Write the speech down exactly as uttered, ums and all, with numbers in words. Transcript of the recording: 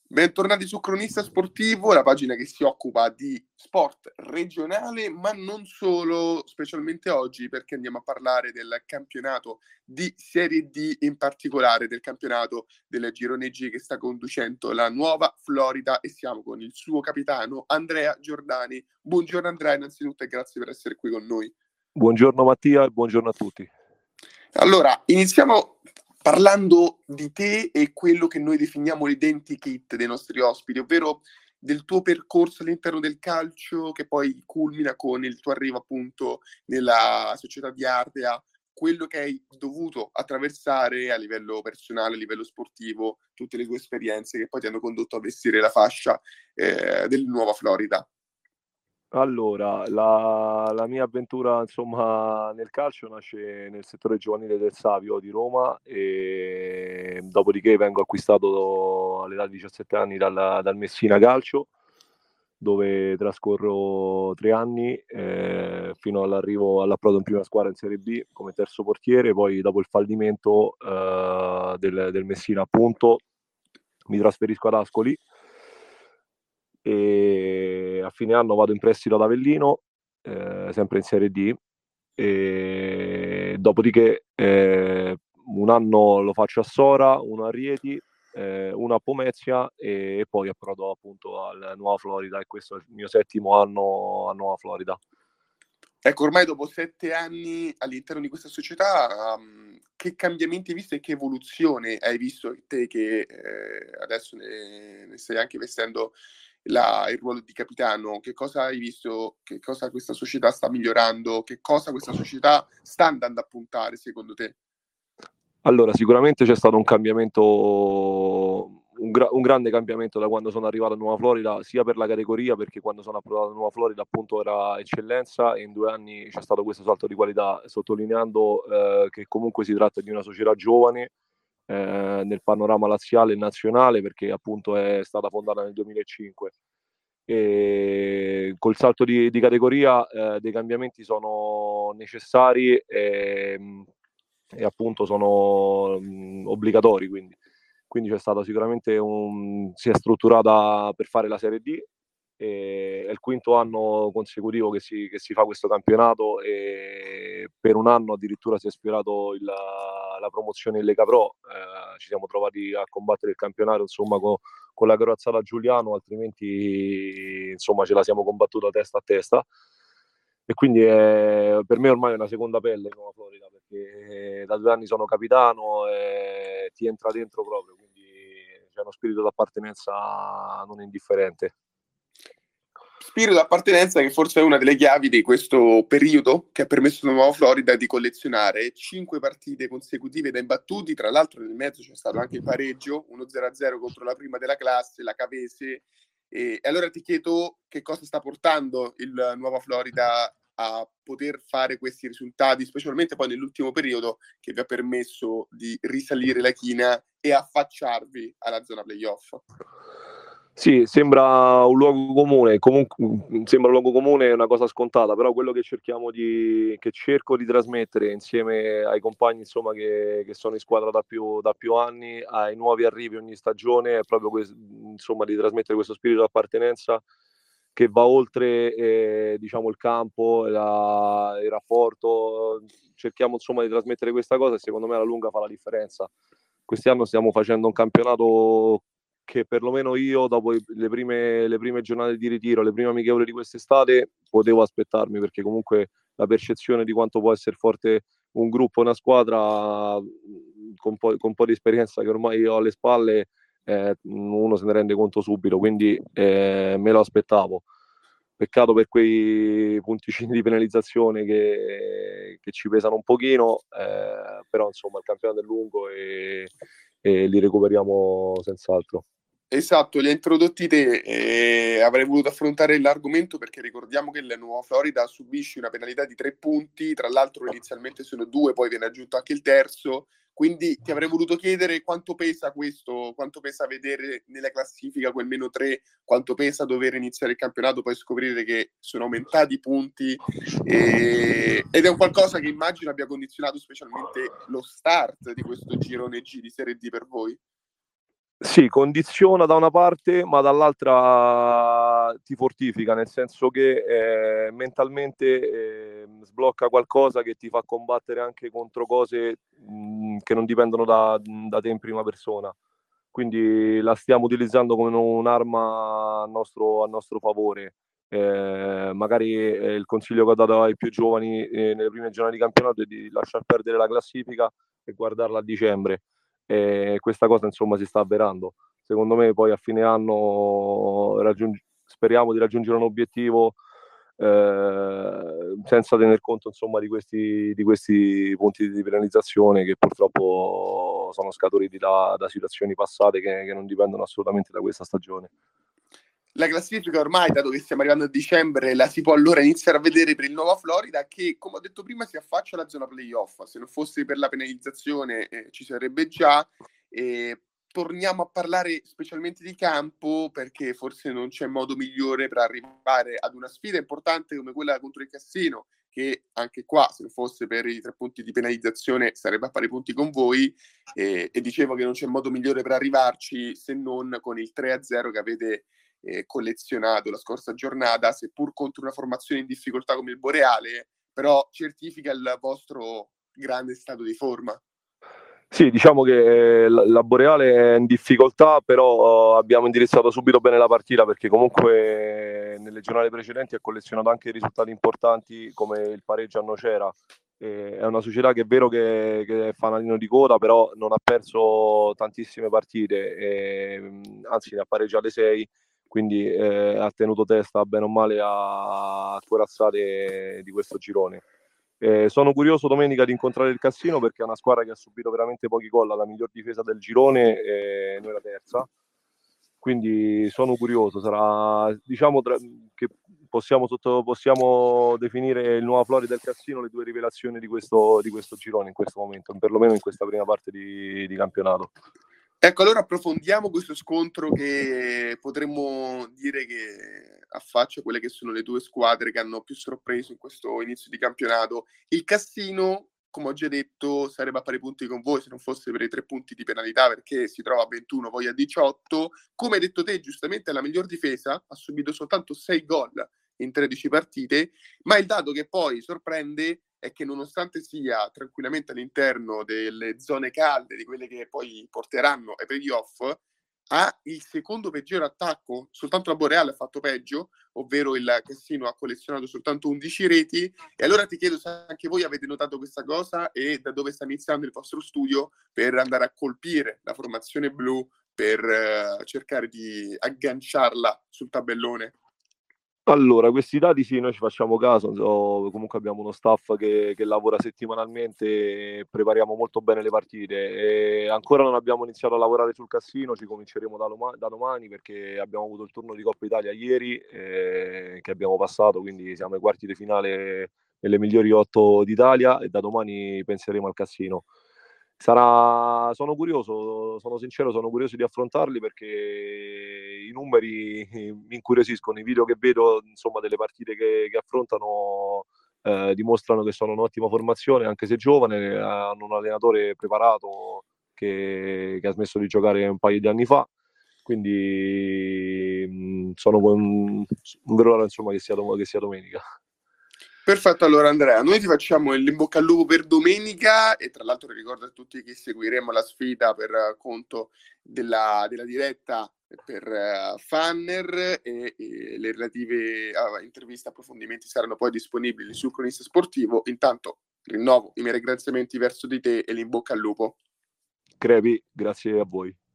Bentornati su Cronista Sportivo, la pagina che si occupa di sport regionale, ma non solo, specialmente oggi perché andiamo a parlare del campionato di Serie D, in particolare del campionato del Girone G che sta conducendo la Nuova Florida, e siamo con il suo capitano Andrea Giordani. Buongiorno Andrea, innanzitutto, e grazie per essere qui con noi. Buongiorno Mattia e buongiorno a tutti. Allora, iniziamo parlando di te e quello che noi definiamo l'identikit dei nostri ospiti, ovvero del tuo percorso all'interno del calcio, che poi culmina con il tuo arrivo appunto nella società di Ardea, quello che hai dovuto attraversare a livello personale, a livello sportivo, tutte le tue esperienze che poi ti hanno condotto a vestire la fascia eh, del Nuova Florida. Allora, la, la mia avventura insomma nel calcio nasce nel settore giovanile del Savio di Roma, e dopodiché vengo acquistato all'età di diciassette anni dal, dal Messina Calcio, dove trascorro tre anni eh, fino all'arrivo all'approdo in prima squadra in Serie B come terzo portiere. Poi dopo il fallimento eh, del, del Messina appunto mi trasferisco ad Ascoli e a fine anno vado in prestito ad Avellino, eh, sempre in Serie D, e dopodiché eh, un anno lo faccio a Sora, uno a Rieti, eh, uno a Pomezia e, e poi approdo appunto al Nuova Florida, e questo è il mio settimo anno a Nuova Florida. Ecco, ormai dopo sette anni all'interno di questa società, um, che cambiamenti hai visto e che evoluzione hai visto te che eh, adesso ne, ne stai anche vestendo la, il ruolo di capitano? Che cosa hai visto, che cosa questa società sta migliorando, che cosa questa società sta andando a puntare secondo te? Allora, sicuramente c'è stato un cambiamento, un, gra- un grande cambiamento da quando sono arrivato a Nuova Florida, sia per la categoria, perché quando sono approdato a Nuova Florida appunto era eccellenza, e in due anni c'è stato questo salto di qualità, sottolineando eh, che comunque si tratta di una società giovane eh, nel panorama laziale e nazionale, perché appunto è stata fondata nel duemilacinque. E col salto di, di categoria eh, dei cambiamenti sono necessari e, e appunto sono mh, obbligatori, quindi. quindi c'è stato sicuramente un si è strutturata per fare la Serie D, e è il quinto anno consecutivo che si, che si fa questo campionato, e per un anno addirittura si è sfiorato il, la promozione in Lega Pro. Eh, ci siamo trovati a combattere il campionato insomma con, con la corazzata Giuliano, altrimenti insomma ce la siamo combattuta testa a testa, e quindi è, per me ormai è una seconda pelle in Nuova Florida, perché da due anni sono capitano e ti entra dentro proprio, quindi c'è uno spirito d'appartenenza non indifferente. Spirito d'appartenenza che forse è una delle chiavi di questo periodo che ha permesso a Nuova Florida di collezionare cinque partite consecutive da imbattuti. Tra l'altro nel mezzo c'è stato anche il pareggio, uno zero a zero contro la prima della classe, la Cavese. E allora ti chiedo che cosa sta portando il Nuova Florida a poter fare questi risultati, specialmente poi nell'ultimo periodo, che vi ha permesso di risalire la china e affacciarvi alla zona playoff. Sì, sembra un luogo comune, comunque sembra un luogo comune, una cosa scontata, però quello che cerchiamo di, che cerco di trasmettere insieme ai compagni insomma che, che sono in squadra da più, da più anni, ai nuovi arrivi ogni stagione, è proprio questo, insomma, di trasmettere questo spirito di appartenenza che va oltre eh, diciamo il campo, la, il rapporto. Cerchiamo insomma di trasmettere questa cosa, e secondo me alla lunga fa la differenza. Quest'anno stiamo facendo un campionato che perlomeno io, dopo le prime, le prime giornate di ritiro, le prime amichevoli di quest'estate, potevo aspettarmi, perché comunque la percezione di quanto può essere forte un gruppo, una squadra, con un po', con un po' di esperienza che ormai ho alle spalle, eh, uno se ne rende conto subito, quindi eh, me lo aspettavo. Peccato per quei punticini di penalizzazione che, che ci pesano un pochino, eh, però insomma il campionato è lungo e, e li recuperiamo senz'altro. Esatto, li hai introdotti te, e avrei voluto affrontare l'argomento perché ricordiamo che la Nuova Florida subisce una penalità di tre punti, tra l'altro inizialmente sono due, poi viene aggiunto anche il terzo, quindi ti avrei voluto chiedere quanto pesa questo, quanto pesa vedere nella classifica quel meno tre, quanto pesa dover iniziare il campionato, poi scoprire che sono aumentati i punti, e... ed è un qualcosa che immagino abbia condizionato specialmente lo start di questo girone G di Serie D per voi. Sì, condiziona da una parte, ma dall'altra ti fortifica, nel senso che eh, mentalmente eh, sblocca qualcosa che ti fa combattere anche contro cose mh, che non dipendono da, da te in prima persona. Quindi la stiamo utilizzando come un'arma a nostro, a nostro favore. Eh, magari eh, il consiglio che ho dato ai più giovani eh, nelle prime giornate di campionato è di lasciar perdere la classifica e guardarla a dicembre. E questa cosa insomma si sta avverando. Secondo me poi a fine anno raggiung- speriamo di raggiungere un obiettivo eh, senza tener conto insomma di questi, di questi punti di penalizzazione che purtroppo sono scaturiti da, da situazioni passate che, che non dipendono assolutamente da questa stagione. La classifica ormai, dato che stiamo arrivando a dicembre, la si può allora iniziare a vedere per il Nuova Florida che, come ho detto prima, si affaccia alla zona playoff. Se non fosse per la penalizzazione eh, ci sarebbe già. E torniamo a parlare specialmente di campo perché forse non c'è modo migliore per arrivare ad una sfida importante come quella contro il Cassino, che anche qua, se non fosse per i tre punti di penalizzazione, sarebbe a pari punti con voi. E, e dicevo che non c'è modo migliore per arrivarci se non con il tre a zero che avete Eh, collezionato la scorsa giornata, seppur contro una formazione in difficoltà come il Boreale, però certifica il vostro grande stato di forma. Sì, diciamo che la Boreale è in difficoltà, però abbiamo indirizzato subito bene la partita perché comunque nelle giornate precedenti ha collezionato anche risultati importanti come il pareggio a Nocera. E è una società che è vero che, che è fanalino di coda, però non ha perso tantissime partite, e, anzi ne ha pareggiate sei, quindi eh, ha tenuto testa bene o male a, a corazzate di questo girone. Eh, sono curioso domenica di incontrare il Cassino perché è una squadra che ha subito veramente pochi gol, la miglior difesa del girone e noi la terza. Quindi sono curioso, sarà diciamo tra, che possiamo, sotto, possiamo definire il Nuova Florida del Cassino le due rivelazioni di questo, di questo girone in questo momento, perlomeno in questa prima parte di, di campionato. Ecco, allora approfondiamo questo scontro che potremmo dire che affaccia quelle che sono le due squadre che hanno più sorpreso in questo inizio di campionato. Il Cassino, come ho già detto, sarebbe a pari punti con voi se non fosse per i tre punti di penalità perché si trova a ventuno, voi a diciotto. Come hai detto te, giustamente è la miglior difesa, ha subito soltanto sei gol in tredici partite, ma il dato che poi sorprende è che nonostante sia tranquillamente all'interno delle zone calde, di quelle che poi porteranno ai playoff, ha il secondo peggior attacco, soltanto la Boreale ha fatto peggio, ovvero il Cassino ha collezionato soltanto undici reti. E allora ti chiedo se anche voi avete notato questa cosa e da dove sta iniziando il vostro studio per andare a colpire la formazione blu per eh, cercare di agganciarla sul tabellone. Allora, questi dati sì, noi ci facciamo caso, so- comunque abbiamo uno staff che, che lavora settimanalmente, e prepariamo molto bene le partite e ancora non abbiamo iniziato a lavorare sul Cassino, ci cominceremo da, loma- da domani perché abbiamo avuto il turno di Coppa Italia ieri eh, che abbiamo passato, quindi siamo ai quarti di finale nelle migliori otto d'Italia e da domani penseremo al Cassino. Sarà, sono curioso, sono sincero, sono curioso di affrontarli perché i numeri mi incuriosiscono, i video che vedo insomma delle partite che, che affrontano eh, dimostrano che sono un'ottima formazione, anche se giovane, hanno un allenatore preparato che, che ha smesso di giocare un paio di anni fa, quindi mh, sono un, un vero ora insomma che sia, che sia domenica. Perfetto, allora Andrea, noi ti facciamo il in bocca al lupo per domenica e tra l'altro ricordo a tutti che seguiremo la sfida per uh, conto della, della diretta per uh, Fanner e, e le relative uh, interviste e approfondimenti saranno poi disponibili sul cronista sportivo. Intanto rinnovo i miei ringraziamenti verso di te e l'in bocca al lupo. Crepi, grazie a voi.